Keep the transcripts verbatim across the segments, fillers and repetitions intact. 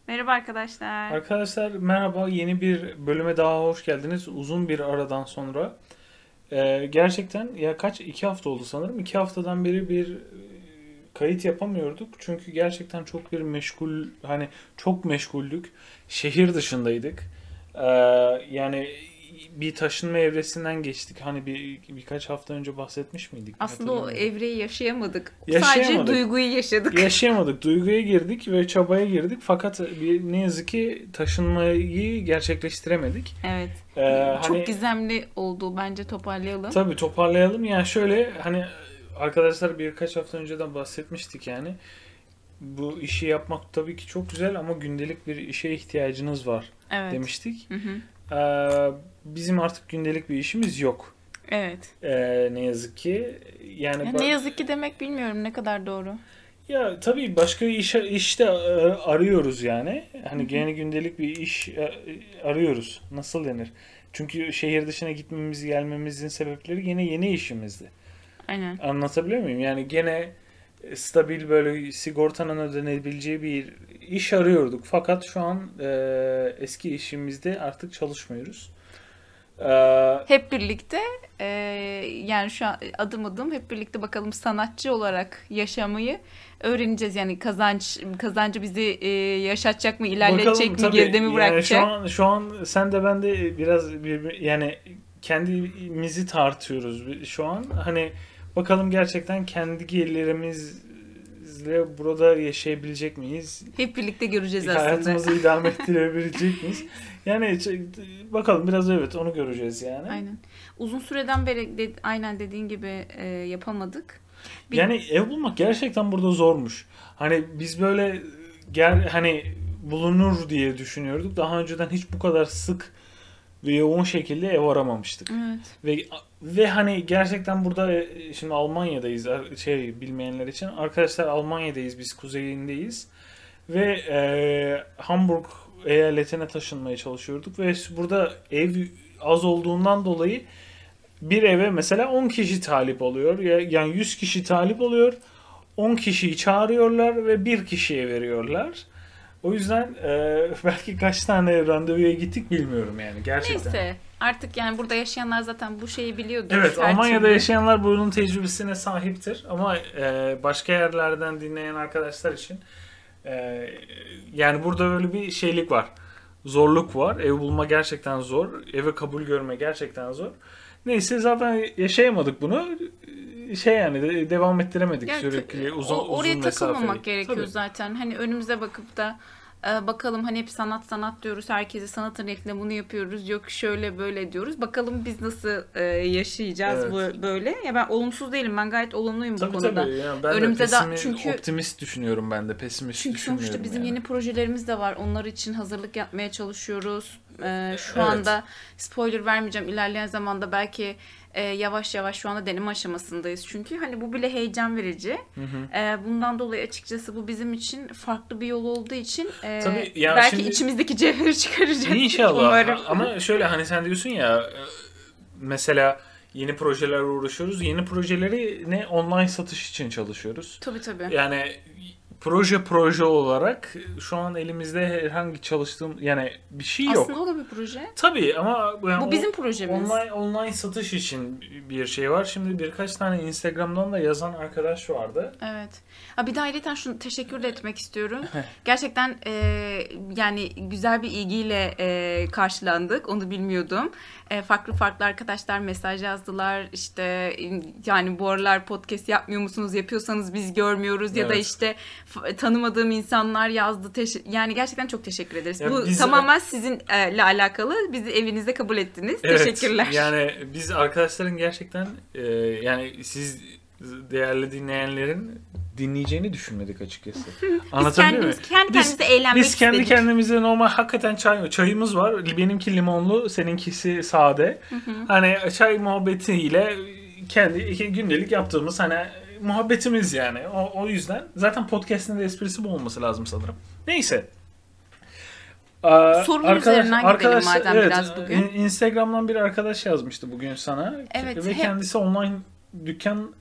Merhaba arkadaşlar. Arkadaşlar merhaba, yeni bir bölüme daha hoş geldiniz. Uzun bir aradan sonra. Ee, gerçekten ya kaç iki hafta oldu sanırım. iki haftadan beri bir e, kayıt yapamıyorduk. Çünkü gerçekten çok bir meşgul, hani çok meşguldük. Şehir dışındaydık. Ee, Yani bir taşınma evresinden geçtik. Hani bir birkaç hafta önce bahsetmiş miydik? Aslında o Hatırlamıyorum. evreyi yaşayamadık. Sadece Yaşayamadık. duyguyu yaşadık. Yaşayamadık. Duyguya girdik ve çabaya girdik. Fakat bir, ne yazık ki taşınmayı gerçekleştiremedik. Evet. Ee, Çok hani gizemli oldu, bence toparlayalım. tabii toparlayalım. Yani şöyle, hani arkadaşlar birkaç hafta önceden bahsetmiştik yani. Bu işi yapmak tabii ki çok güzel ama gündelik bir işe ihtiyacınız var Evet. demiştik. Hı hı. Ee, Bizim artık gündelik bir işimiz yok. Evet. Ee, ne yazık ki. Yani Ya ne ba- yazık ki demek bilmiyorum ne kadar doğru. Ya tabii başka iş işte e, arıyoruz yani. Hı Hani hı. gene gündelik bir iş e, arıyoruz. Nasıl denir? Çünkü şehir dışına gitmemiz, gelmemizin sebepleri gene yeni işimizdi. Aynen. Anlatabiliyor muyum? Yani gene e, stabil, böyle sigortanın ödenebileceği bir iş arıyorduk. Fakat şu an e, eski işimizde artık çalışmıyoruz. E, Hep birlikte e, yani şu an adım adım hep birlikte bakalım sanatçı olarak yaşamayı öğreneceğiz. Yani kazanç kazancı bizi e, yaşatacak mı, Bakalım ilerletecek mi, tabii, geride mi yani şu bırakacak? an şu an sen de ben de biraz bir, yani kendimizi tartıyoruz şu an. Hani bakalım gerçekten kendi gelirlerimizle burada yaşayabilecek miyiz? Hep birlikte göreceğiz aslında. Hayatımızı idame ettirebilecek miyiz? Yani ç- bakalım biraz, evet, onu göreceğiz yani. Aynen. Uzun süreden beri de, aynen dediğin gibi e, yapamadık. Bir, Yani ev bulmak gerçekten burada zormuş. Hani biz böyle gel hani bulunur diye düşünüyorduk. Daha önceden hiç bu kadar sık ve yoğun şekilde ev aramamıştık. evet. Ve ve hani gerçekten burada e, şimdi Almanya'dayız, Ar- şey, bilmeyenler için. Arkadaşlar, Almanya'dayız, biz kuzeyindeyiz. Ve e, Hamburg eyaletine taşınmaya çalışıyorduk ve burada ev az olduğundan dolayı bir eve mesela on kişi talip oluyor. Ya- Yani yüz kişi talip oluyor. on kişiyi çağırıyorlar ve bir kişiye veriyorlar. O yüzden e, belki kaç tane randevuya gittik bilmiyorum yani, gerçekten. Neyse. Artık yani burada yaşayanlar zaten bu şeyi biliyordur Evet, her Almanya'da türlü. yaşayanlar bunun tecrübesine sahiptir ama e, başka yerlerden dinleyen arkadaşlar için e, yani burada böyle bir şeylik var. Zorluk var. Ev bulma gerçekten zor. Eve kabul görme gerçekten zor. Neyse, zaten yaşayamadık bunu. Şey yani de- devam ettiremedik Ya, t- sürekli uzun o, uzun oraya mesafeli. takılmamak gerekiyor Tabii. zaten. Hani önümüze bakıp da e, bakalım hani hep sanat sanat diyoruz. Herkese sanatın niyetine bunu yapıyoruz. Yok şöyle böyle diyoruz. Bakalım biz nasıl e, yaşayacağız Evet. bu böyle. Ya ben olumsuz değilim. Ben gayet olumluyum bu Tabii konuda. tabii. Yani ben de Önümüze da pesimi, çünkü optimist düşünüyorum ben de. Pesimist çünkü sonuçta düşünmüyorum bizim yani. yeni projelerimiz de var. Onlar için hazırlık yapmaya çalışıyoruz. Ee, şu Evet. anda spoiler vermeyeceğim. İlerleyen zamanda belki e, yavaş yavaş şu anda deneme aşamasındayız. Çünkü hani bu bile heyecan verici. Hı hı. Ee, bundan dolayı açıkçası bu bizim için farklı bir yol olduğu için e, Tabii ya, belki şimdi içimizdeki cevheri çıkaracak. İnşallah. Umarım. Ama şöyle, hani sen diyorsun ya, e, mesela yeni projelerle uğraşıyoruz. Yeni projeleri ne online satış için çalışıyoruz. Tabii tabii. Yani proje proje olarak şu an elimizde herhangi çalıştığım yani bir şey Aslında yok. o da bir proje. Tabii ama yani Bu o bizim projemiz. online online satış için bir şey var. Şimdi birkaç tane Instagram'dan da yazan arkadaş vardı. Evet. Ha, bir de ayrıca şunu teşekkür de etmek istiyorum. Gerçekten e, yani güzel bir ilgiyle e, karşılandık. Onu bilmiyordum. E, farklı farklı arkadaşlar mesaj yazdılar. İşte e, yani bu aralar podcast yapmıyor musunuz? Yapıyorsanız biz görmüyoruz. Ya da Evet. işte f- tanımadığım insanlar yazdı. Teş- yani gerçekten çok teşekkür ederiz. Ya Bu biz- tamamen sizinle alakalı. Bizi evinizde kabul ettiniz. Evet, Teşekkürler. yani biz arkadaşların gerçekten e, yani siz değerli dinleyenlerin dinleyeceğini düşünmedik açıkçası. Biz Anlatabiliyor muyum? kendimiz, kendi Biz, kendimize eğlenmek biz kendi istedik. kendimize normal hakikaten çay, çayımız var. Benimki limonlu, seninkisi sade. Hani çay muhabbetiyle kendi gündelik yaptığımız hani muhabbetimiz yani. O, o yüzden zaten podcast'in de esprisi bu olması lazım sanırım. Neyse. Aa, Sorunun üzerinden gidelim madem biraz bugün. in- Instagram'dan bir arkadaş yazmıştı bugün sana. Evet, Ve hep kendisi online dükkan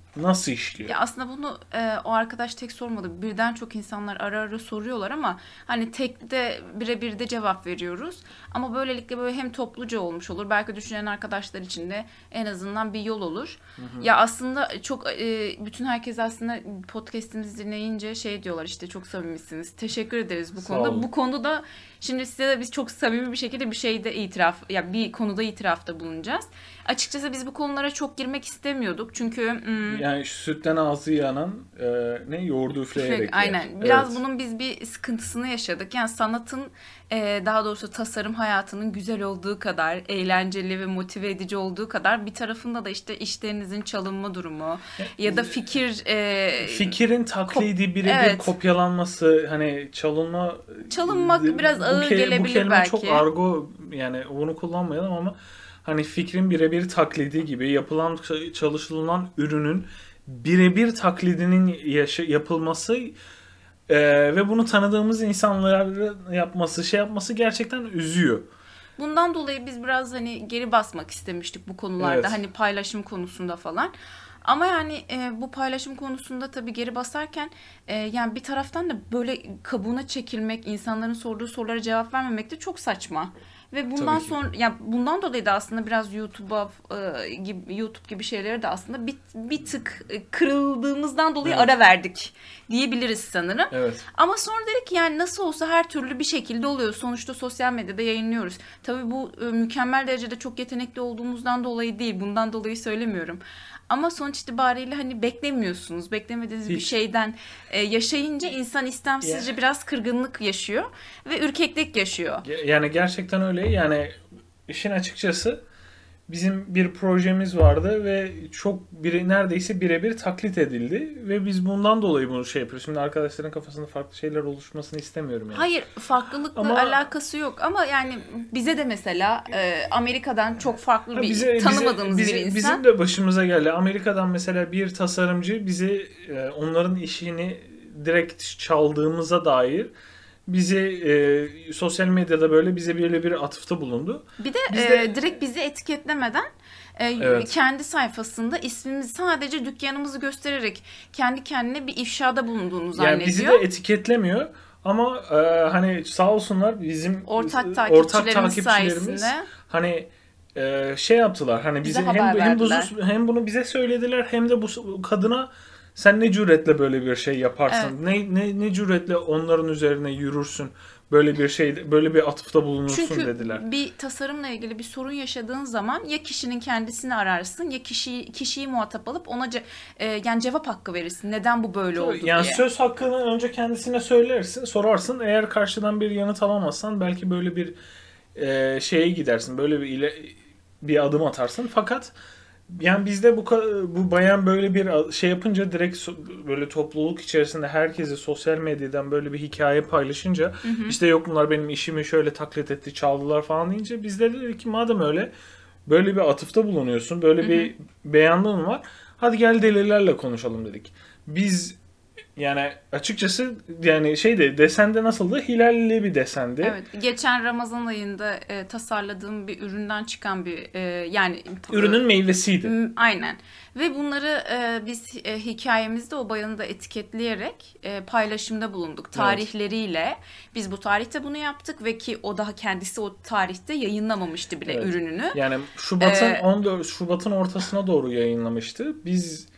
nasıl işliyor? Ya aslında bunu e, o arkadaş tek sormadı. Birden çok insanlar ara ara soruyorlar ama hani tek de birebir de cevap veriyoruz. Ama böylelikle böyle hem topluca olmuş olur. Belki düşünen arkadaşlar için de en azından bir yol olur. Hı hı. Ya aslında çok e, bütün herkes aslında podcast'imizi dinleyince şey diyorlar, işte çok samimisiniz. Teşekkür ederiz bu Sağ konuda. olun. Bu konuda şimdi size de biz çok samimi bir şekilde bir şeyde itiraf, ya bir konuda itirafta bulunacağız. Açıkçası biz bu konulara çok girmek istemiyorduk. Çünkü hmm, Yani şu sütten ağzı yanan e, ne yoğurdu üfleyerek yer. aynen. Biraz Evet. bunun biz bir sıkıntısını yaşadık. Yani sanatın e, daha doğrusu tasarım hayatının güzel olduğu kadar, eğlenceli ve motive edici olduğu kadar bir tarafında da işte işlerinizin çalınma durumu ya da fikir e, Fikrin taklidi birebir evet. kopyalanması, hani çalınma, çalınmak biraz ağır bu ke- gelebilir bu kelime belki. çok argo, yani bunu kullanmayalım ama hani fikrin birebir taklidi gibi yapılan çalışılan ürünün birebir taklidinin yaşa- yapılması e, ve bunu tanıdığımız insanların yapması, şey yapması gerçekten üzüyor. Bundan dolayı biz biraz hani geri basmak istemiştik bu konularda. Evet. Hani paylaşım konusunda falan. Ama yani e, bu paylaşım konusunda tabii geri basarken e, yani bir taraftan da böyle kabuğuna çekilmek, insanların sorduğu sorulara cevap vermemek de çok saçma. Ve bundan Tabii ki. sonra ya bundan dolayı da aslında biraz YouTube'a e, gibi YouTube gibi şeylere de aslında bir, bir tık e, kırıldığımızdan dolayı Evet. ara verdik diyebiliriz sanırım. Evet. Ama sonra dedik ki yani nasıl olsa her türlü bir şekilde oluyor. Sonuçta sosyal medyada yayınlıyoruz. Tabii bu e, mükemmel derecede çok yetenekli olduğumuzdan dolayı değil. Bundan dolayı söylemiyorum. Ama sonuç itibariyle hani beklemiyorsunuz. Beklemediğiniz bir Hiç. şeyden e, yaşayınca insan istemsizce Ya- biraz kırgınlık yaşıyor ve ürkeklik yaşıyor. Ge- Yani gerçekten öyle. Yani işin açıkçası bizim bir projemiz vardı ve çok biri neredeyse birebir taklit edildi ve biz bundan dolayı bunu şey yapıyoruz. Şimdi arkadaşların kafasında farklı şeyler oluşmasını istemiyorum yani. Hayır, farklılıkla Ama- alakası yok ama yani bize de mesela e, Amerika'dan çok farklı Ha, bir bize- tanımadığımız bize- bir insan. Bizim de başımıza geldi. Amerika'dan mesela bir tasarımcı bizi e, onların işini direkt çaldığımıza dair bizi e, sosyal medyada böyle bize böyle bir atıfta bulundu. Bir de, Biz e, de- direkt bizi etiketlemeden e, Evet. kendi sayfasında ismimizi sadece dükkanımızı göstererek kendi kendine bir ifşada bulunduğunu Yani zannediyor. bizi de etiketlemiyor ama e, hani sağ olsunlar bizim Ortak e, takipçilerimiz sayesinde hani e, şey yaptılar, hani Bize bize haber hem hem bunu, verdiler. hem bunu bize söylediler hem de bu kadına sen ne cüretle böyle bir şey yaparsın? Ne ne ne cüretle onların üzerine yürürsün? Böyle bir şey, böyle bir atıfta bulunursun Çünkü dediler. bir tasarımla ilgili bir sorun yaşadığın zaman ya kişinin kendisini ararsın ya kişiyi kişiyi muhatap alıp ona ce- e, yani cevap hakkı verirsin. Neden bu böyle oldu Yani diye. söz hakkını önce kendisine söylersin, sorarsın. Eğer karşıdan bir yanıt alamazsan belki böyle bir e, şeye gidersin. Böyle bir ile bir adım atarsın. Fakat yani bizde bu ka- bu bayan böyle bir a- şey yapınca direkt so- böyle topluluk içerisinde herkese sosyal medyadan böyle bir hikaye paylaşınca işte yok bunlar benim işimi şöyle taklit etti, çaldılar falan deyince biz de dedik ki madem öyle böyle bir atıfta bulunuyorsun, böyle bir beyanlığın var. Hadi gel delillerle konuşalım dedik. Biz yani açıkçası yani şeyde desende nasıldı? Hilalli bir desendi. Evet, geçen Ramazan ayında e, tasarladığım bir üründen çıkan bir e, yani Ürünün meyvesiydi. M, aynen. Ve bunları e, biz e, hikayemizde o bayanı da etiketleyerek e, paylaşımda bulunduk. Tarihleriyle. Biz bu tarihte bunu yaptık ve ki o daha kendisi o tarihte yayınlamamıştı bile Evet. ürününü. Yani Şubat'ın Ee, on dört Şubat'ın ortasına doğru yayınlamıştı. Biz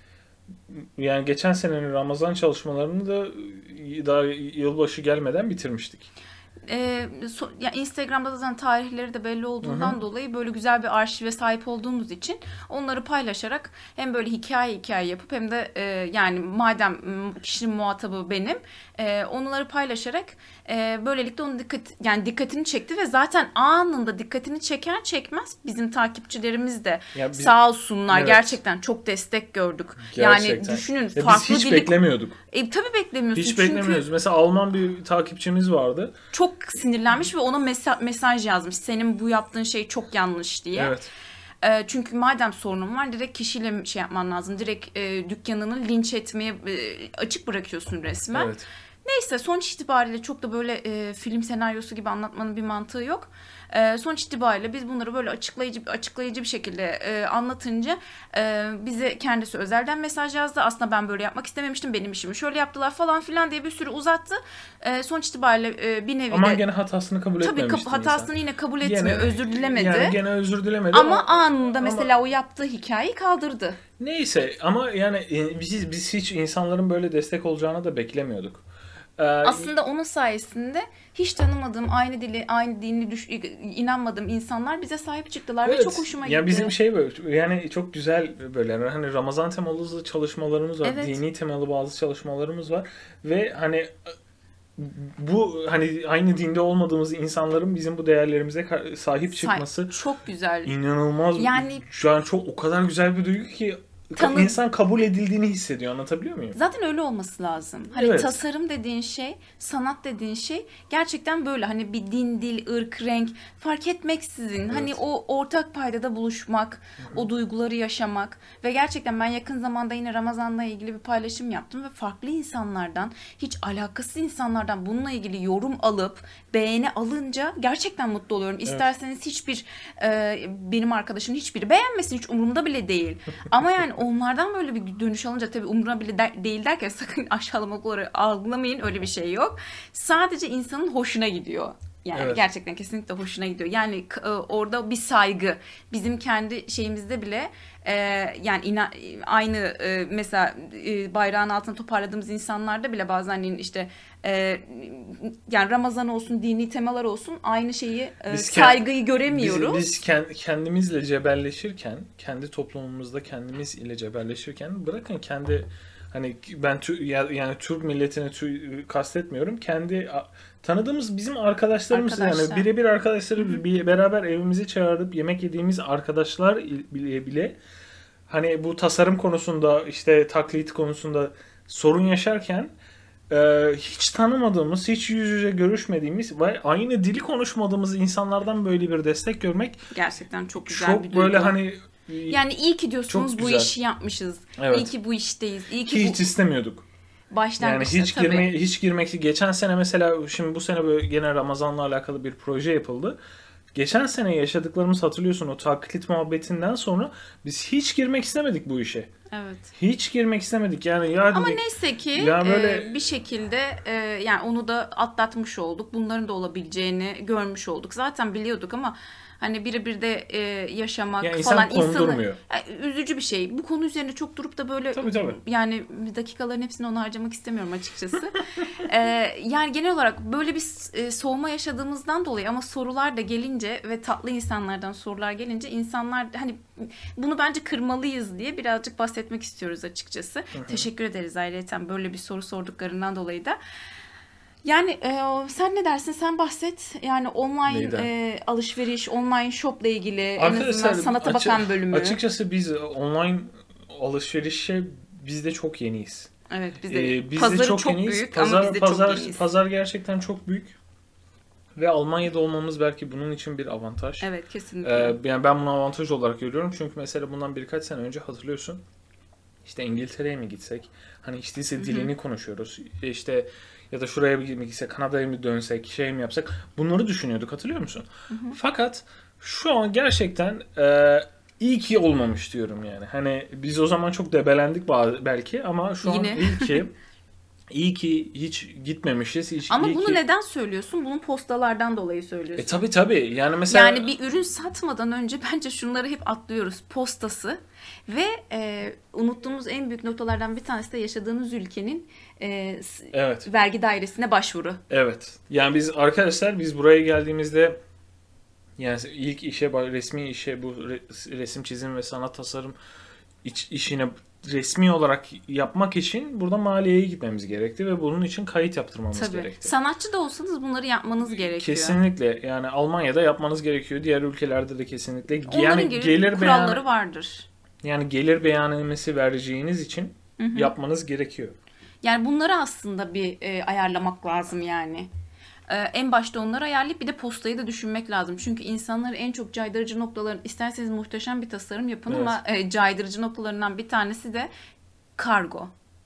yani geçen senenin Ramazan çalışmalarını da daha yılbaşı gelmeden bitirmiştik. E, so, ya Instagram'da zaten tarihleri de belli olduğundan dolayı böyle güzel bir arşive sahip olduğumuz için onları paylaşarak hem böyle hikaye hikaye yapıp hem de e, yani madem m, kişinin muhatabı benim e, onları paylaşarak e, böylelikle onun dikkat yani dikkatini çekti ve zaten anında dikkatini çeker çekmez bizim takipçilerimiz de Ya biz- sağ olsunlar Evet. gerçekten çok destek gördük. Yani Gerçekten. düşünün Ya farklı biz hiç dili beklemiyorduk. e, tabii beklemiyorsun Hiç çünkü beklemiyoruz. Mesela Alman bir takipçimiz vardı. çok sinirlenmiş ve ona mesa- mesaj yazmış. Senin bu yaptığın şey çok yanlış diye. Evet. E, çünkü madem sorunun var direkt kişiyle şey yapman lazım. Direkt e, dükkanını linç etmeye e, açık bırakıyorsun resmen. Evet. Neyse sonuç itibariyle çok da böyle e, film senaryosu gibi anlatmanın bir mantığı yok. E, sonuç itibariyle biz bunları böyle açıklayıcı açıklayıcı bir şekilde e, anlatınca e, bize kendisi özelden mesaj yazdı. Aslında ben böyle yapmak istememiştim. Benim işimi şöyle yaptılar falan filan diye bir sürü uzattı. E, sonuç itibariyle e, bir nevi Ama de gene hatasını kabul tabii etmemişti kap- hatasını insan. yine kabul etmiyor. Gene, özür dilemedi. Yani gene özür dilemedi. Ama anında ama, mesela o yaptığı hikayeyi kaldırdı. Neyse ama yani e, biz, biz hiç insanların böyle destek olacağını da beklemiyorduk. Ee, Aslında onun sayesinde hiç tanımadığım, aynı dili, aynı dini düş- inanmadığım insanlar bize sahip çıktılar evet, ve çok hoşuma gitti. Ya bizim şey böyle yani çok güzel böyle hani Ramazan temalı çalışmalarımız var, Evet. dini temalı bazı çalışmalarımız var ve hani bu hani aynı dinde olmadığımız insanların bizim bu değerlerimize sahip çıkması Say- çok güzel. İnanılmaz. Yani şu an çok o kadar güzel bir duygu ki Tanı- insan kabul edildiğini hissediyor. Anlatabiliyor muyum? Zaten öyle olması lazım. Hani Evet. tasarım dediğin şey, sanat dediğin şey gerçekten böyle hani bir din, dil, ırk, renk fark etmeksizin Evet. hani o ortak paydada buluşmak, o duyguları yaşamak ve gerçekten ben yakın zamanda yine Ramazan'la ilgili bir paylaşım yaptım ve farklı insanlardan, hiç alakasız insanlardan bununla ilgili yorum alıp beğeni alınca gerçekten mutlu oluyorum. İsterseniz hiçbir e, benim arkadaşım hiçbiri beğenmesin, hiç umurumda bile değil. Ama yani onlardan böyle bir dönüş alınca tabii umurumda bile de- değil derken sakın aşağılamak olarak algılamayın, öyle bir şey yok. Sadece insanın hoşuna gidiyor. Yani Evet. gerçekten kesinlikle hoşuna gidiyor. Yani k- e, orada bir saygı. Bizim kendi şeyimizde bile e, yani ina- aynı e, mesela e, bayrağın altına toparladığımız insanlarda bile bazen hani işte e, yani Ramazan olsun, dini temalar olsun aynı şeyi e, Biz kend- saygıyı göremiyoruz. Biz, biz kend- kendimizle cebelleşirken, kendi toplumumuzda kendimiz ile cebelleşirken bırakın kendi hani ben tü- ya- yani Türk milletini tü- kastetmiyorum. Kendi a- tanıdığımız bizim arkadaşlarımız Arkadaşlar. yani birebir arkadaşları bir beraber evimize çağırıp yemek yediğimiz arkadaşlar il- bile bile hani bu tasarım konusunda işte taklit konusunda sorun yaşarken e, hiç tanımadığımız, hiç yüz yüze görüşmediğimiz ve aynı dili konuşmadığımız insanlardan böyle bir destek görmek Gerçekten çok güzel çok bir duygu. böyle hani Yani iyi ki diyorsunuz Çok bu güzel. işi yapmışız. Evet. İyi ki bu işteyiz. İyi ki, ki bu hiç istemiyorduk. Yani başlangıçta hiç tabii. girme hiç girmek geçen sene mesela şimdi bu sene böyle gene Ramazan'la alakalı bir proje yapıldı. Geçen sene yaşadıklarımız hatırlıyorsun o taklit muhabbetinden sonra biz hiç girmek istemedik bu işe. Evet. Hiç girmek istemedik yani ya Ama dedik, neyse ki ya böyle- e, bir şekilde e, yani onu da atlatmış olduk. Bunların da olabileceğini görmüş olduk. Zaten biliyorduk ama hani birebir de e, yaşamak Ya insan falan kondurmuyor. Yani üzücü bir şey. Bu konu üzerine çok durup da böyle Tabii, tabii. yani dakikaların hepsini ona harcamak istemiyorum açıkçası. e, yani genel olarak böyle bir e, soğuma yaşadığımızdan dolayı ama sorular da gelince ve tatlı insanlardan sorular gelince insanlar hani bunu bence kırmalıyız diye birazcık bahsetmek istiyoruz açıkçası. Teşekkür ederiz ayrıca böyle bir soru sorduklarından dolayı da. Yani e, sen ne dersin? Sen bahset. Yani online Neyden? e, alışveriş, online shopla ilgili en Arkadaşlar, azından sanata açı- bakan bölümü. Açıkçası biz online alışverişe biz de çok yeniyiz. Evet, bizde Ee, biz pazarı de çok, çok yeniyiz. büyük Pazar, ama biz de pazar, çok yeniyiz. Pazar gerçekten çok büyük. Ve Almanya'da olmamız belki bunun için bir avantaj. Evet, kesinlikle. Ee, yani ben bunu avantaj olarak görüyorum. Çünkü mesela bundan birkaç sene önce hatırlıyorsun. İşte İngiltere'ye mi gitsek? Hani hiç değilse dilini konuşuyoruz. İşte ya da şuraya bir gitsek, Kanada'ya mı dönsek, şey mi yapsak? Bunları düşünüyorduk, hatırlıyor musun? Fakat şu an gerçekten e, iyi ki olmamış diyorum yani. Hani biz o zaman çok debelendik bazı- belki ama şu Yine. an iyi ki iyi ki hiç gitmemişiz. Hiç, Ama iyi bunu ki... neden söylüyorsun? Bunu postalardan dolayı söylüyorsun. E tabi tabi. Yani mesela Yani bir ürün satmadan önce bence şunları hep atlıyoruz. Postası ve e, unuttuğumuz en büyük noktalardan bir tanesi de yaşadığınız ülkenin e, s- evet. vergi dairesine başvuru. Evet. Yani biz arkadaşlar biz buraya geldiğimizde yani ilk işe resmi işe bu re- resim çizim ve sanat tasarım iç, işine resmi olarak yapmak için burada maliyeye gitmemiz gerekti ve bunun için kayıt yaptırmamız Tabii. gerekti. Sanatçı da olsanız bunları yapmanız gerekiyor. Kesinlikle. Yani Almanya'da yapmanız gerekiyor. Diğer ülkelerde de kesinlikle. Onların yani gibi gelir kuralları beyanı, vardır. yani gelir beyannamesi vereceğiniz için Hı hı. yapmanız gerekiyor. Yani bunları aslında bir e, ayarlamak lazım yani. E, en başta onları ayarlayıp bir de postayı da düşünmek lazım. Çünkü insanları en çok caydırıcı noktaların, isterseniz muhteşem bir tasarım yapın Evet. ama e, caydırıcı noktalarından bir tanesi de kargo.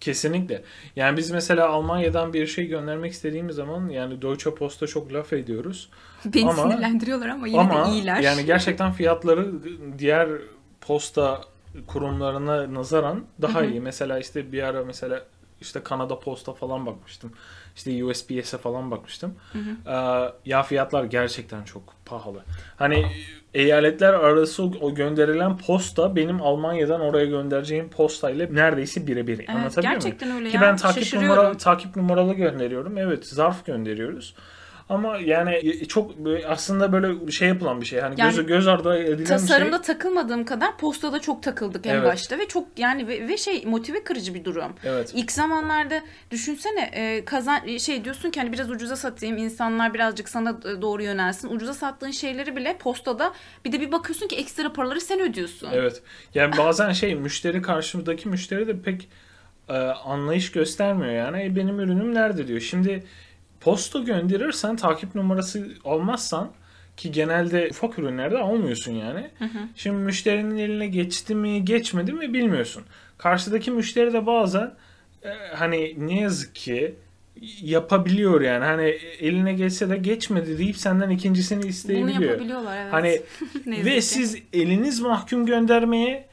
Kesinlikle. Yani biz mesela Almanya'dan bir şey göndermek istediğimiz zaman yani Deutsche Post'a çok laf ediyoruz. Beni Ama sinirlendiriyorlar ama yine ama de iyiler. yani gerçekten fiyatları diğer posta kurumlarına nazaran daha Hı hı. iyi. Mesela işte bir ara mesela işte Kanada Posta falan bakmıştım. İşte U S P S'e falan bakmıştım. Hı hı. Ee, ya fiyatlar gerçekten çok pahalı. Hani eyaletler arası o o gönderilen posta benim Almanya'dan oraya göndereceğim postayla neredeyse birebir. Evet, Anlatabiliyor muyum? gerçekten öyle Ki ya. ben takip numara Şaşırıyorum. takip numaralı gönderiyorum. Evet, zarf gönderiyoruz. Ama yani çok böyle aslında böyle şey yapılan bir şey. Hani Yani göz göz ardı edilen bir şey. tasarımda takılmadığım kadar postada çok takıldık en Evet. başta ve çok yani ve, ve şey motive kırıcı bir durum. Evet. İlk zamanlarda düşünsene e, kazan şey diyorsun ki hani biraz ucuza satayım, insanlar birazcık sana doğru yönelsin. Ucuza sattığın şeyleri bile postada bir de bir bakıyorsun ki ekstra paraları sen ödüyorsun. Evet. Yani bazen şey müşteri karşımdaki müşteri de pek e, anlayış göstermiyor yani. E, benim ürünüm nerede diyor. Şimdi posta gönderirsen takip numarası almazsan ki genelde ufak ürünlerde almıyorsun yani. Hı hı. Şimdi müşterinin eline geçti mi geçmedi mi bilmiyorsun. Karşıdaki müşteri de bazen e, hani ne yazık ki yapabiliyor yani. Hani eline geçse de geçmedi deyip senden ikincisini Bunu isteyebiliyor. yapabiliyorlar evet. Hani Ne yazık ve ki. siz eliniz mahkum göndermeye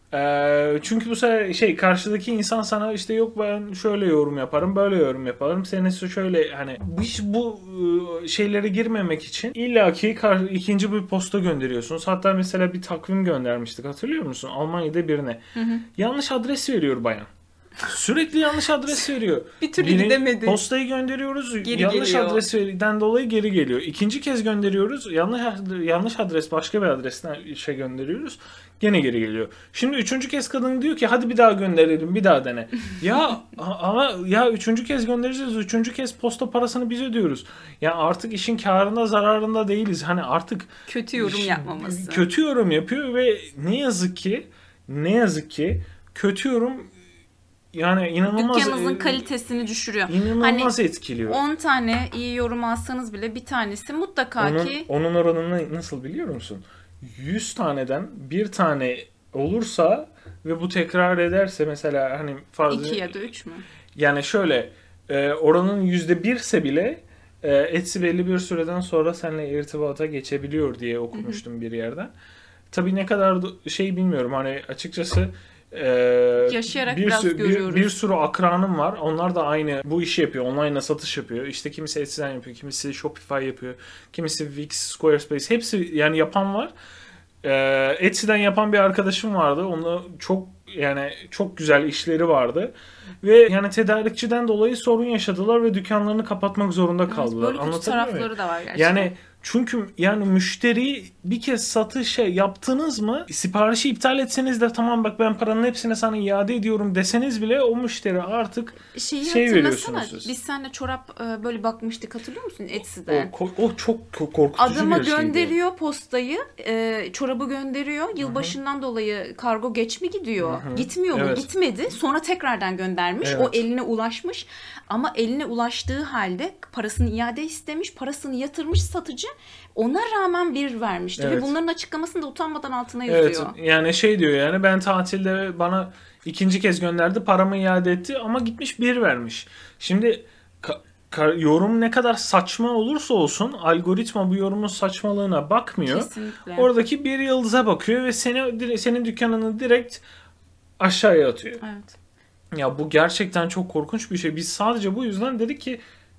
ee, çünkü bu sefer şey karşıdaki insan sana işte yok ben şöyle yorum yaparım böyle yorum yaparım seni şöyle hani hiç bu e, şeylere girmemek için illaki kar- ikinci bir posta gönderiyorsunuz. Hatta mesela bir takvim göndermiştik hatırlıyor musun? Almanya'da birine. Hı hı. Yanlış adres veriyor bayan. Sürekli yanlış adres veriyor. Bir türlü Biri- gidemedi. Postayı gönderiyoruz. Geri yanlış geliyor. adresten dolayı geri geliyor. İkinci kez gönderiyoruz. Yanlış yanlış adres başka bir adresten şey gönderiyoruz. Gene geri geliyor. Şimdi üçüncü kez kadın diyor ki hadi bir daha gönderelim bir daha dene. Ya ama ya üçüncü kez göndereceğiz. Üçüncü kez posta parasını biz ödüyoruz. Ya artık işin karında zararında değiliz. Hani artık Kötü yorum iş- yapmaması. Kötü yorum yapıyor ve ne yazık ki ne yazık ki kötü yorum yani inanılmaz Dükkanınızın e, kalitesini düşürüyor. inanılmaz Hani etkiliyor. on tane iyi yorum alsanız bile bir tanesi mutlaka Onun, ki onun oranını nasıl biliyor musun? yüz taneden bir tane olursa ve bu tekrar ederse mesela hani fazla iki ya da üç mü? yani şöyle e, oranın yüzde birse bile e, Etsy belli bir süreden sonra seninle irtibata geçebiliyor diye okumuştum bir yerden. Tabii ne kadar do- şey bilmiyorum hani açıkçası e, Yaşayarak bir, biraz sürü, bir, görüyoruz. bir sürü akranım var. Onlar da aynı bu işi yapıyor. Online satış yapıyor. İşte kimisi Etsy'den yapıyor. Kimisi Shopify yapıyor. Kimisi Wix, Squarespace. Hepsi yani yapan var. E, Etsy'den yapan bir arkadaşım vardı. Onunla çok yani çok güzel işleri vardı. Ve yani tedarikçiden dolayı sorun yaşadılar ve dükkanlarını kapatmak zorunda Evet, kaldılar. böyle kötü Anlatabiliyor muyum? tarafları da var gerçekten. Yani çünkü yani müşteri bir kez satışa yaptınız mı siparişi iptal etseniz de tamam bak ben paranın hepsini sana iade ediyorum deseniz bile o müşteri artık Şeyi şey hatırlasana. veriyorsunuz siz. Biz seninle çorap e, böyle bakmıştık hatırlıyor musun o, Etsy'den? ko- o çok ko- korkutucu Adama bir şeydi. gönderiyor postayı, e, çorabı gönderiyor. Yılbaşından dolayı kargo geç mi gidiyor? Hı hı. Gitmiyor mu? Evet. Gitmedi. Sonra tekrardan göndermiş. Evet. O eline ulaşmış. Ama eline ulaştığı halde parasını iade istemiş. Parasını yatırmış satıcı. Ona rağmen bir vermişti. Evet. Ve bunların açıklamasını da utanmadan altına yazıyor. Evet yani şey diyor yani ben tatilde bana ikinci kez gönderdi paramı iade etti ama gitmiş bir vermiş. Şimdi ka- ka- yorum ne kadar saçma olursa olsun algoritma bu yorumun saçmalığına bakmıyor. Kesinlikle. Oradaki bir yıldıza bakıyor ve seni senin dükkanını direkt aşağıya atıyor. Evet. Ya bu gerçekten çok korkunç bir şey. Biz sadece bu yüzden dedik ki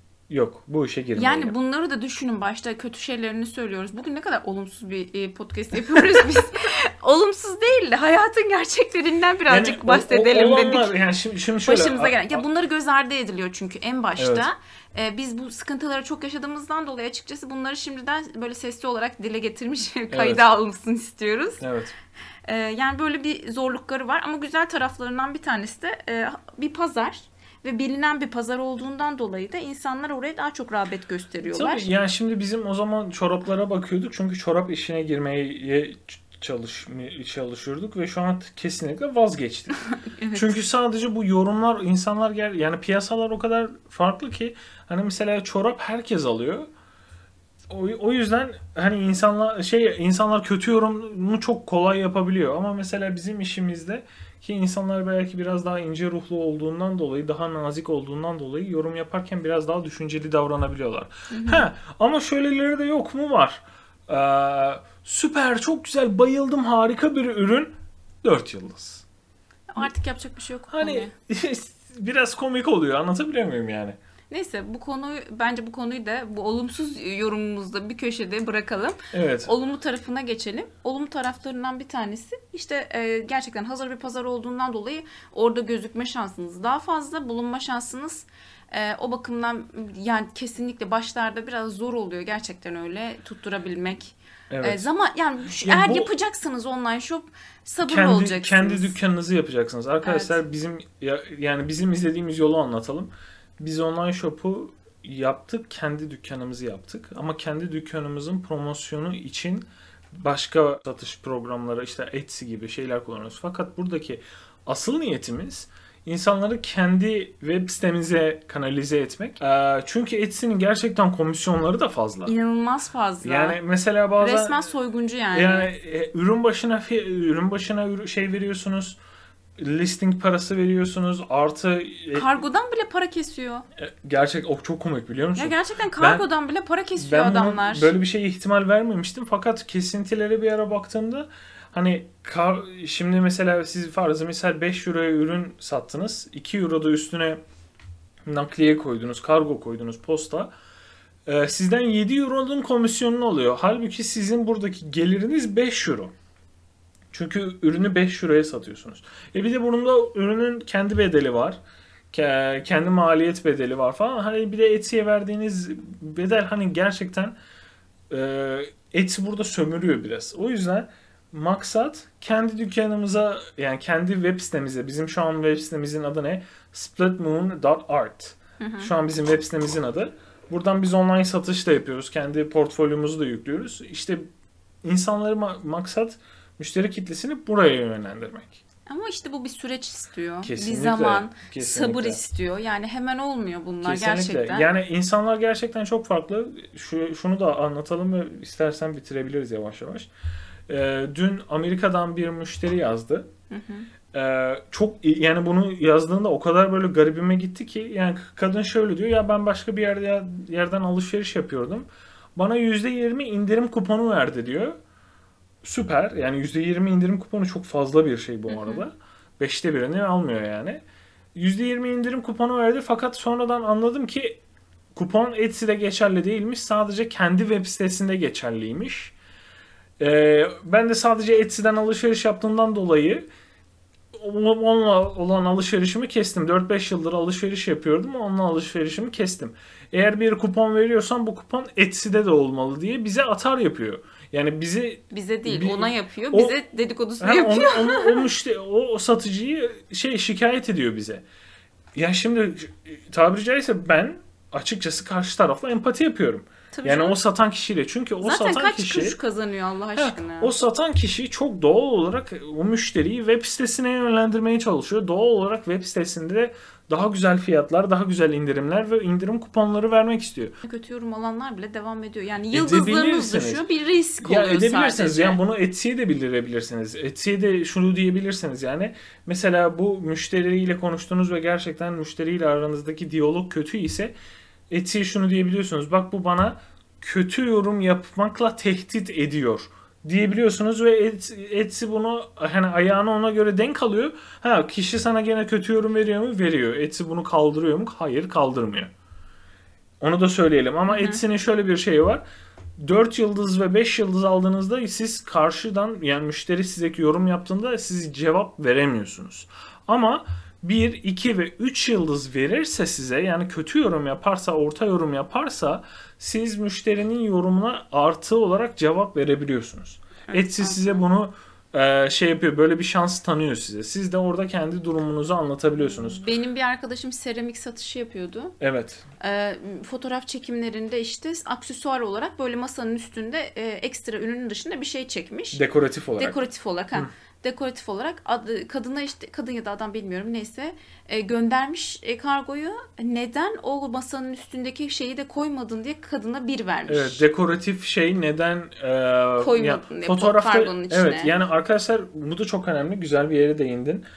yok bu işe girmeyelim. Yani bunları da düşünün başta kötü şeylerini söylüyoruz. Bugün ne kadar olumsuz bir e, podcast yapıyoruz biz. Olumsuz değil de hayatın gerçeklerinden birazcık Yani o- bahsedelim o olanlar- dedik. Yani şimdi, şimdi şöyle. Başımıza gelen. a- Ya bunları göz ardı ediliyor çünkü en başta. E, biz bu sıkıntıları çok yaşadığımızdan dolayı açıkçası bunları şimdiden böyle sesli olarak dile getirmiş, kayda alınsın istiyoruz. Evet. E, yani böyle bir zorlukları var ama güzel taraflarından bir tanesi de e, bir pazar. Ve bilinen bir pazar olduğundan dolayı da insanlar oraya daha çok rağbet gösteriyorlar. Tabii yani şimdi bizim o zaman çoraplara bakıyorduk çünkü çorap işine girmeye çalış çalışıyorduk ve şu an kesinlikle vazgeçtik. Evet. Çünkü sadece bu yorumlar insanlar gel yani piyasalar o kadar farklı ki hani mesela çorap herkes alıyor. O, o yüzden hani insanlar şey insanlar kötü yorumu çok kolay yapabiliyor ama mesela bizim işimizde Ki insanlar belki biraz daha ince ruhlu olduğundan dolayı, daha nazik olduğundan dolayı yorum yaparken biraz daha düşünceli davranabiliyorlar. Hı hı. He, ama şöyleleri de yok mu? Var. Ee, süper, çok güzel, bayıldım, harika bir ürün. dört yıldız. Artık yapacak bir şey yok. Hani biraz komik oluyor. Anlatabiliyor muyum yani? Neyse, bu konuyu bence bu konuyu da bu olumsuz yorumumuzda bir köşede bırakalım. Evet. Olumlu tarafına geçelim. Olumlu taraflarından bir tanesi işte e, gerçekten hazır bir pazar olduğundan dolayı orada gözükme şansınız daha fazla, bulunma şansınız e, o bakımdan yani kesinlikle başlarda biraz zor oluyor, gerçekten öyle tutturabilmek. Evet. E, zaman yani ya eğer bu, yapacaksanız online shop sabırlı kendi, olacaksınız. Kendi dükkanınızı yapacaksınız. Arkadaşlar evet. bizim ya, yani bizim izlediğimiz yolu anlatalım. Biz online shop'u yaptık, kendi dükkanımızı yaptık. Ama kendi dükkanımızın promosyonu için başka satış programları, işte Etsy gibi şeyler kullanıyoruz. Fakat buradaki asıl niyetimiz insanları kendi web sitemize kanalize etmek. Çünkü Etsy'nin gerçekten komisyonları da fazla. İnanılmaz fazla. Yani mesela bazen resmen soyguncu yani. Yani ürün başına ürün başına şey veriyorsunuz. Listing parası veriyorsunuz. Artı kargodan bile para kesiyor. Gerçek o çok komik, biliyor musun? Ya gerçekten kargodan ben, bile para kesiyor ben adamlar. Böyle bir şeye ihtimal vermemiştim. Fakat kesintilere bir ara baktığımda hani kar, şimdi mesela siz farzı misal beş euroya ürün sattınız. iki euro da üstüne nakliye koydunuz, kargo koydunuz, posta. Ee, sizden yedi euronun komisyonunu alıyor. Halbuki sizin buradaki geliriniz beş euro. Çünkü ürünü beş euroya satıyorsunuz. E bir de bunun da ürünün kendi bedeli var. Kendi maliyet bedeli var falan. Hani bir de Etsy'ye verdiğiniz bedel hani gerçekten e, Etsy burada sömürüyor biraz. O yüzden maksat kendi dükkanımıza, yani kendi web sitemize, bizim şu an web sitemizin adı ne? splitmoon dot art. Hı hı. Şu an bizim web sitemizin adı. Buradan biz online satış da yapıyoruz. Kendi portfolyomuzu da yüklüyoruz. İşte insanları maksat müşteri kitlesini buraya yönlendirmek. Ama işte bu bir süreç istiyor. Kesinlikle, bir zaman, kesinlikle. sabır istiyor. Yani hemen olmuyor bunlar kesinlikle. gerçekten. Yani insanlar gerçekten çok farklı. Şu, şunu da anlatalım ve istersen bitirebiliriz yavaş yavaş. Ee, dün Amerika'dan bir müşteri yazdı. Hı hı. Ee, çok yani bunu yazdığında o kadar böyle garibime gitti ki, yani kadın şöyle diyor: ya ben başka bir yerde yerden alışveriş yapıyordum. Bana yüzde yirmi indirim kuponu verdi diyor. Süper. Yani yüzde yirmi indirim kuponu çok fazla bir şey bu arada. beşte birini almıyor yani. yüzde yirmi indirim kuponu verdi fakat sonradan anladım ki kupon Etsy'de geçerli değilmiş. Sadece kendi web sitesinde geçerliymiş. Ee, ben de sadece Etsy'den alışveriş yaptığımdan dolayı onunla olan alışverişimi kestim. dört beş yıldır alışveriş yapıyordum. Onunla alışverişimi kestim. Eğer bir kupon veriyorsan bu kupon Etsy'de de olmalı diye bize atar yapıyor. Yani bizi bize değil bir, ona yapıyor. O, bize dedikodusunu yapıyor. Onu, onu, o, müşteri, o, o satıcıyı şey şikayet ediyor bize. Ya şimdi tabiri caizse ben açıkçası karşı tarafla empati yapıyorum. Tabii yani canım. O satan kişiyle. Çünkü o zaten satan kaç kişi kuruş kazanıyor Allah aşkına. He, o satan kişi çok doğal olarak o müşteriyi web sitesine yönlendirmeye çalışıyor. Doğal olarak web sitesinde daha güzel fiyatlar, daha güzel indirimler ve indirim kuponları vermek istiyor. Kötü yorum alanlar bile devam ediyor. Yani yıldızlarınız düşüyor, bir risk ya oluyor edebilirsiniz. sadece. Yani bunu Etsy'ye de bildirebilirsiniz. Etsy'ye de şunu diyebilirsiniz. Yani mesela bu müşteriyle konuştunuz ve gerçekten müşteriyle aranızdaki diyalog kötü ise Etsy'ye şunu diyebiliyorsunuz: bak bu bana kötü yorum yapmakla tehdit ediyor diyebiliyorsunuz ve Etsy bunu hani ayağını ona göre denk alıyor. Ha, kişi sana gene kötü yorum veriyor mu? Veriyor. Etsy bunu kaldırıyor mu? Hayır, kaldırmıyor. Onu da söyleyelim ama Etsy'nin şöyle bir şeyi var. dört yıldız ve beş yıldız aldığınızda siz karşıdan, yani müşteri size yorum yaptığında siz cevap veremiyorsunuz. Ama bir, iki ve üç yıldız verirse size, yani kötü yorum yaparsa, orta yorum yaparsa siz müşterinin yorumuna artı olarak cevap verebiliyorsunuz. Evet, Etsy size bunu e, şey yapıyor, böyle bir şans tanıyor size. Siz de orada kendi durumunuzu anlatabiliyorsunuz. Benim bir arkadaşım seramik satışı yapıyordu. Evet. E, fotoğraf çekimlerinde işte aksesuar olarak böyle masanın üstünde e, ekstra ürünün dışında bir şey çekmiş. Dekoratif olarak. Dekoratif olarak ha. Hı. Dekoratif olarak adı, kadına işte, kadın ya da adam bilmiyorum neyse e, göndermiş e, kargoyu. Neden o masanın üstündeki şeyi de koymadın diye kadına bir vermiş. Evet, dekoratif şey neden e, koymadın ya, diye fotoğrafta, kargonun içine. evet, yani arkadaşlar bu da çok önemli, güzel bir yere değindin.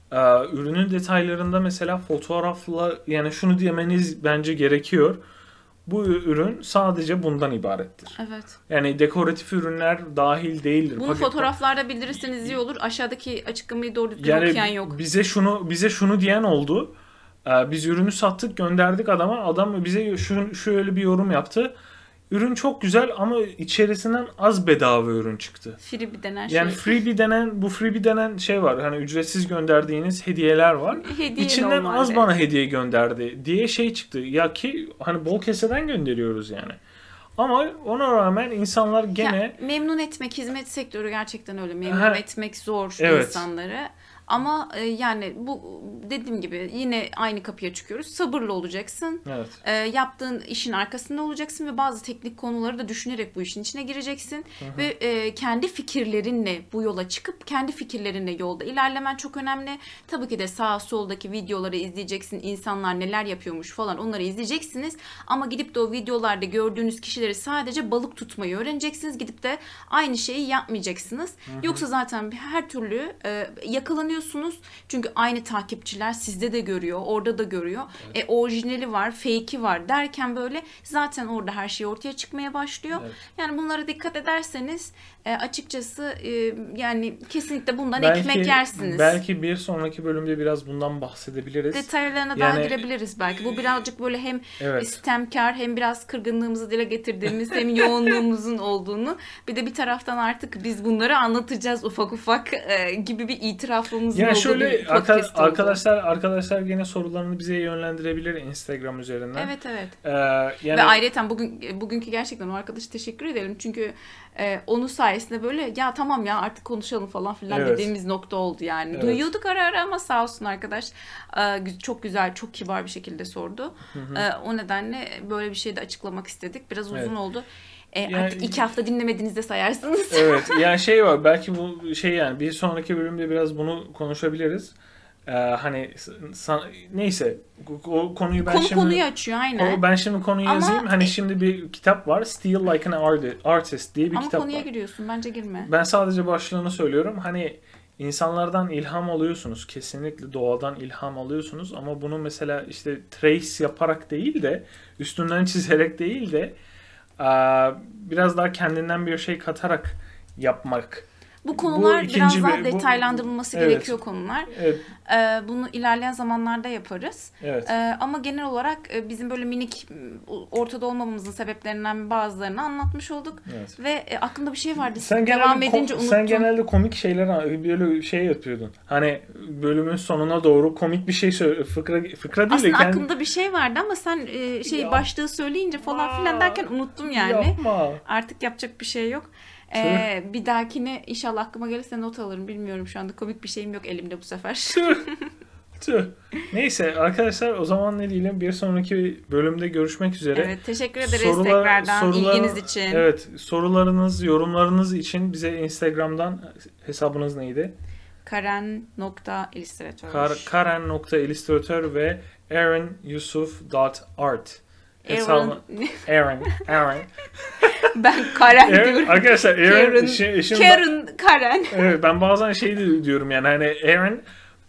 Ee, ürünün detaylarında mesela fotoğrafla yani şunu demeniz bence gerekiyor. Bu ürün sadece bundan ibarettir. Evet. Yani dekoratif ürünler dahil değildir. Bunu Paket- fotoğraflarda bildirirseniz iyi olur. Aşağıdaki açıklamayı doğru düzgün Yani okuyan yok. bize şunu bize şunu diyen oldu. Ee, biz ürünü sattık, gönderdik adama. Adam bize şu şöyle bir yorum yaptı. Ürün çok güzel ama içerisinden az bedava ürün çıktı. Freebie denen Yani şey. freebie denen bu freebie denen şey var. Hani ücretsiz gönderdiğiniz hediyeler var. Hediye İçinden normalde. az bana hediye gönderdi diye şey çıktı. Ya ki hani bol keseden gönderiyoruz yani. Ama ona rağmen insanlar gene Ya, memnun etmek, hizmet sektörü gerçekten öyle. Memnun Ha, etmek zor evet. insanları. Ama e, yani bu dediğim gibi yine aynı kapıya çıkıyoruz. Sabırlı olacaksın. evet. E, yaptığın işin arkasında olacaksın ve bazı teknik konuları da düşünerek bu işin içine gireceksin. Ve e, kendi fikirlerinle bu yola çıkıp kendi fikirlerinle yolda ilerlemen çok önemli. Tabii ki de sağ soldaki videoları izleyeceksin. İnsanlar neler yapıyormuş falan onları izleyeceksiniz. Ama gidip de o videolarda gördüğünüz kişileri sadece balık tutmayı öğreneceksiniz. Gidip de aynı şeyi yapmayacaksınız. Yoksa zaten her türlü e, yakalanıyorsunuz. Çünkü aynı takipçiler sizde de görüyor, orada da görüyor. E, orijinali var, fake'i var derken böyle zaten orada her şey ortaya çıkmaya başlıyor. Evet. Yani bunlara dikkat ederseniz e, açıkçası e, yani kesinlikle bundan Belki, ekmek yersiniz. belki bir sonraki bölümde biraz bundan bahsedebiliriz. Detaylarına daha Yani- girebiliriz belki. Bu birazcık böyle hem Evet. istemkar hem biraz kırgınlığımızı dile getirdiğimiz hem yoğunluğumuzun olduğunu bir de bir taraftan artık biz bunları anlatacağız ufak ufak e, gibi bir itirafımızın Yani olduğu şöyle bir arka- podcast oldu. arkadaşlar arkadaşlar gene sorularını bize yönlendirebilir Instagram üzerinden. Evet evet. Ee, yani Ve ayrıca bugün bugünkü gerçekten o arkadaşa teşekkür edelim. Çünkü e, onun sayesinde böyle ya tamam ya artık konuşalım falan filan Evet. dediğimiz nokta oldu yani. Evet. Duyuyorduk ara ara ama sağ olsun arkadaş e, gü- çok güzel, çok kibar bir şekilde sordu. E, o nedenle böyle bir şey de açıklamak istedik. Biraz uzun Evet. oldu. E, Yani- artık iki hafta dinlemediğinizde sayarsınız. evet yani şey var belki bu şey yani bir sonraki bölümde biraz bunu konuşabiliriz. Ee, hani san- neyse o, o konuyu ben Konu şimdi konuyu açıyor aynen. o, ben şimdi konuyu Ama- yazayım. Hani şimdi bir kitap var. Steal Like an Arti- Artist diye bir Ama kitap konuya var. giriyorsun bence girme. Ben sadece başlığını söylüyorum. Hani insanlardan ilham alıyorsunuz. Kesinlikle doğadan ilham alıyorsunuz. Ama bunu mesela işte trace yaparak değil de üstünden çizerek değil de aa, biraz daha kendinden bir şey katarak yapmak. Bu konular ikinci biraz daha bir- bu- detaylandırılması evet. gerekiyor konular. Evet, Ee, bunu ilerleyen zamanlarda yaparız. evet. Ee, ama genel olarak e, bizim böyle minik m, ortada olmamamızın sebeplerinden bazılarını anlatmış olduk. Evet. Ve e, aklımda bir şey vardı. Sen Devam genelde, edince kom- unuttum. sen genelde komik şeyler böyle şey yapıyordun. Hani bölümün sonuna doğru komik bir şey söyle, fıkra fıkra değil de Aslında kendi- aklımda bir şey vardı ama sen e, şey Ya. başlığı söyleyince falan Aa, filan derken unuttum yani. Yapma. Artık yapacak bir şey yok. Ee, bir dahakine inşallah aklıma gelirse not alırım. Bilmiyorum şu anda komik bir şeyim yok elimde bu sefer. Tüh. Tüh. Neyse arkadaşlar o zaman ne diyelim bir sonraki bölümde görüşmek üzere. Evet teşekkür ederiz Sorular- tekrardan sorular- ilginiz için. Evet sorularınız, yorumlarınız için bize Instagram'dan hesabınız neydi? Karen.illustratör. Kar, karen nokta illustratör ve aaron.yusuf.art hesabı. Aaron. Aaron. Ben Karen Aaron diyorum. arkadaşlar Aaron. Karen, şi- şimdi- Karen, Karen. Evet ben bazen şey de diyorum yani hani Aaron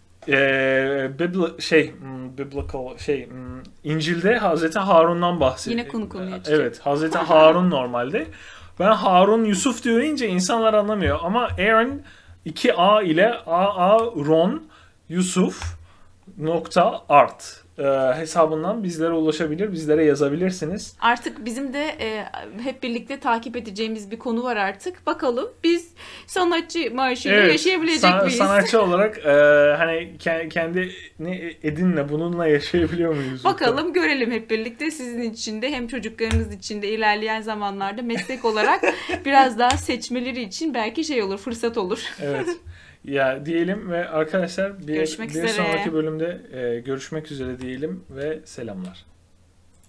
eee bibli şey hmm, biblical şey hmm, İncil'de Hazreti Harun'dan bahsediyor. Yine konu konuyu açacak. Evet Hazreti Harun normalde. Ben Harun Yusuf deyince insanlar anlamıyor ama Aaron iki A ile A A Ron Yusuf nokta art eee, hesabından bizlere ulaşabilir, bizlere yazabilirsiniz. Artık bizim de e, hep birlikte takip edeceğimiz bir konu var artık. Bakalım biz sanatçı maaşıyla yaşayabilecek san- miyiz? Sanatçı olarak e, hani ke- kendi ne edinle bununla yaşayabiliyor muyuz? Bakalım görelim hep birlikte sizin için de hem çocuklarınız için de ilerleyen zamanlarda meslek olarak biraz daha seçmeleri için belki şey olur, fırsat olur. Evet. Ya diyelim ve arkadaşlar bir, Görüşmek bir üzere. sonraki bölümde e, görüşmek üzere diyelim ve selamlar.